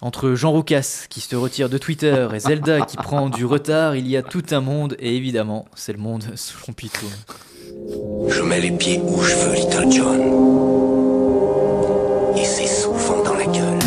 Entre Jean Roucas qui se retire de Twitter et Zelda qui prend du retard, il y a tout un monde et évidemment, c'est le monde selon Pitoum. Je mets les pieds où je veux, Little John. Et c'est souvent dans la gueule.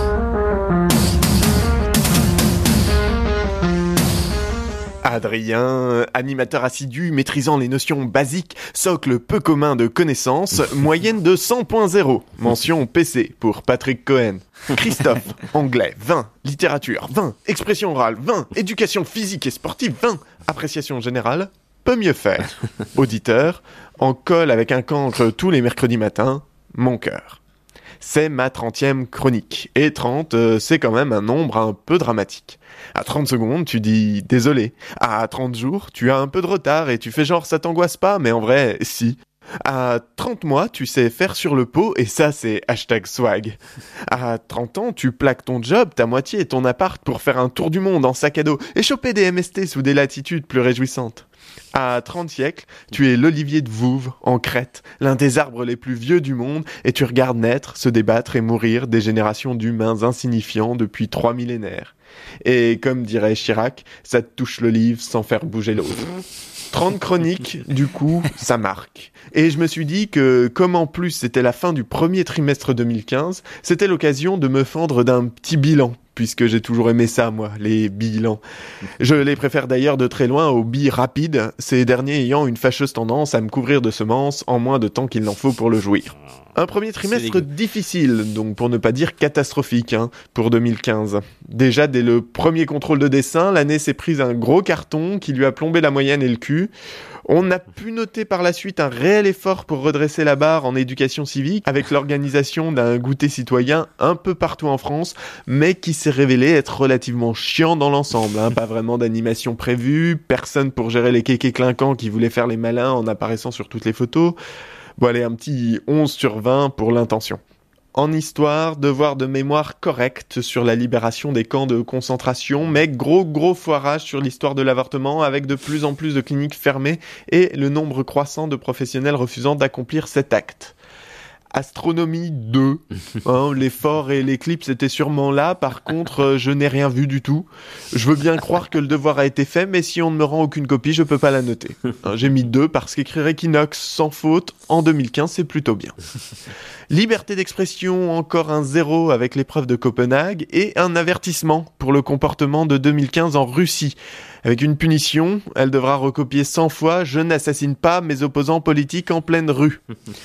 Adrien, animateur assidu, maîtrisant les notions basiques, socle peu commun de connaissances, moyenne de 100.0. Mention PC pour Patrick Cohen. Christophe, anglais, 20. Littérature, 20. Expression orale, 20. Éducation physique et sportive, 20. Appréciation générale, peut mieux faire. Auditeur, en colle avec un cancre tous les mercredis matins, mon cœur. C'est ma 30e chronique. Et 30, c'est quand même un nombre un peu dramatique. À 30 secondes, tu dis « désolé ». À 30 jours, tu as un peu de retard et tu fais genre « ça t'angoisse pas », mais en vrai, si. À 30 mois, tu sais faire sur le pot et ça, c'est #swag. À 30 ans, tu plaques ton job, ta moitié et ton appart pour faire un tour du monde en sac à dos et choper des MST sous des latitudes plus réjouissantes. À 30 siècles, tu es l'olivier de Vouves, en Crète, l'un des arbres les plus vieux du monde, et tu regardes naître, se débattre et mourir des générations d'humains insignifiants depuis 3 millénaires. Et comme dirait Chirac, ça te touche l'olive sans faire bouger l'autre. 30 chroniques, du coup, ça marque. Et je me suis dit que, comme en plus c'était la fin du premier trimestre 2015, c'était l'occasion de me fendre d'un petit bilan, puisque j'ai toujours aimé ça, moi, les bilans. Je les préfère d'ailleurs de très loin aux billes rapides, ces derniers ayant une fâcheuse tendance à me couvrir de semences en moins de temps qu'il n'en faut pour le jouir. Un premier trimestre difficile, donc pour ne pas dire catastrophique, pour 2015. Déjà, dès le premier contrôle de dessin, l'année s'est prise un gros carton qui lui a plombé la moyenne et le cul. On a pu noter par la suite un réel effort pour redresser la barre en éducation civique avec l'organisation d'un goûter citoyen un peu partout en France, mais qui s'est révélé être relativement chiant dans l'ensemble. Pas vraiment d'animation prévue, personne pour gérer les kékés clinquants qui voulaient faire les malins en apparaissant sur toutes les photos. Bon allez, un petit 11 sur 20 pour l'intention. En histoire, devoir de mémoire correct sur la libération des camps de concentration, mais gros foirage sur l'histoire de l'avortement avec de plus en plus de cliniques fermées et le nombre croissant de professionnels refusant d'accomplir cet acte. Astronomie 2. L'effort et l'éclipse étaient sûrement là, par contre, je n'ai rien vu du tout. Je veux bien croire que le devoir a été fait, mais si on ne me rend aucune copie, je peux pas la noter. J'ai mis 2 parce qu'écrire équinoxe sans faute en 2015, c'est plutôt bien. Liberté d'expression, encore un 0 avec l'épreuve de Copenhague, et un avertissement pour le comportement de 2015 en Russie. Avec une punition, elle devra recopier 100 fois « Je n'assassine pas mes opposants politiques en pleine rue ».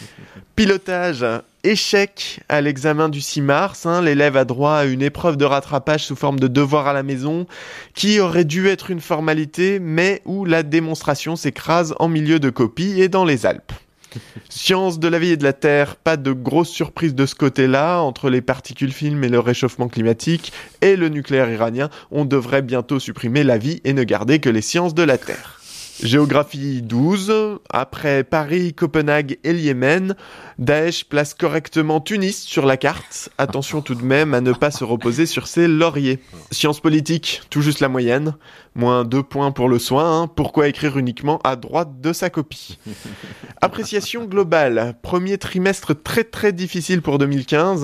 Pilotage, échec à l'examen du 6 mars, l'élève a droit à une épreuve de rattrapage sous forme de devoir à la maison, qui aurait dû être une formalité, mais où la démonstration s'écrase en milieu de copie et dans les Alpes. Science de la vie et de la Terre, pas de grosse surprise de ce côté-là, entre les particules fines et le réchauffement climatique et le nucléaire iranien, on devrait bientôt supprimer la vie et ne garder que les sciences de la Terre. Géographie 12, après Paris, Copenhague et le Yémen, Daesh place correctement Tunis sur la carte. Attention tout de même à ne pas se reposer sur ses lauriers. Sciences politiques, tout juste la moyenne. Moins 2 points pour le soin. Pourquoi écrire uniquement à droite de sa copie ? Appréciation globale. Premier trimestre très difficile pour 2015.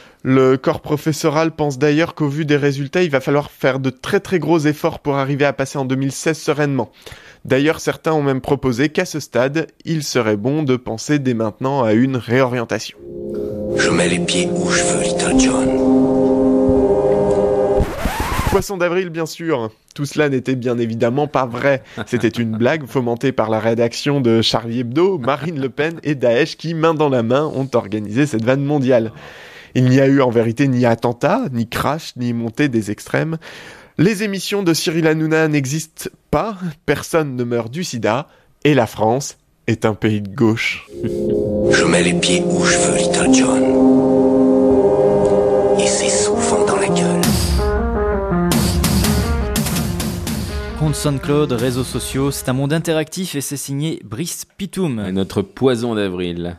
Le corps professoral pense d'ailleurs qu'au vu des résultats, il va falloir faire de très gros efforts pour arriver à passer en 2016 sereinement. D'ailleurs, certains ont même proposé qu'à ce stade, il serait bon de penser dès maintenant à une réorientation. Je mets les pieds où je veux, Little John. Poisson d'avril, bien sûr. Tout cela n'était bien évidemment pas vrai. C'était une blague fomentée par la rédaction de Charlie Hebdo, Marine Le Pen et Daesh qui, main dans la main, ont organisé cette vanne mondiale. Il n'y a eu en vérité ni attentat, ni crash, ni montée des extrêmes. Les émissions de Cyril Hanouna n'existent pas, personne ne meurt du sida, et la France est un pays de gauche. Je mets les pieds où je veux, Little John. Et c'est souvent dans la gueule. Compte SoundCloud, réseaux sociaux, c'est un monde interactif et c'est signé Brice Pitoum. Notre poison d'avril.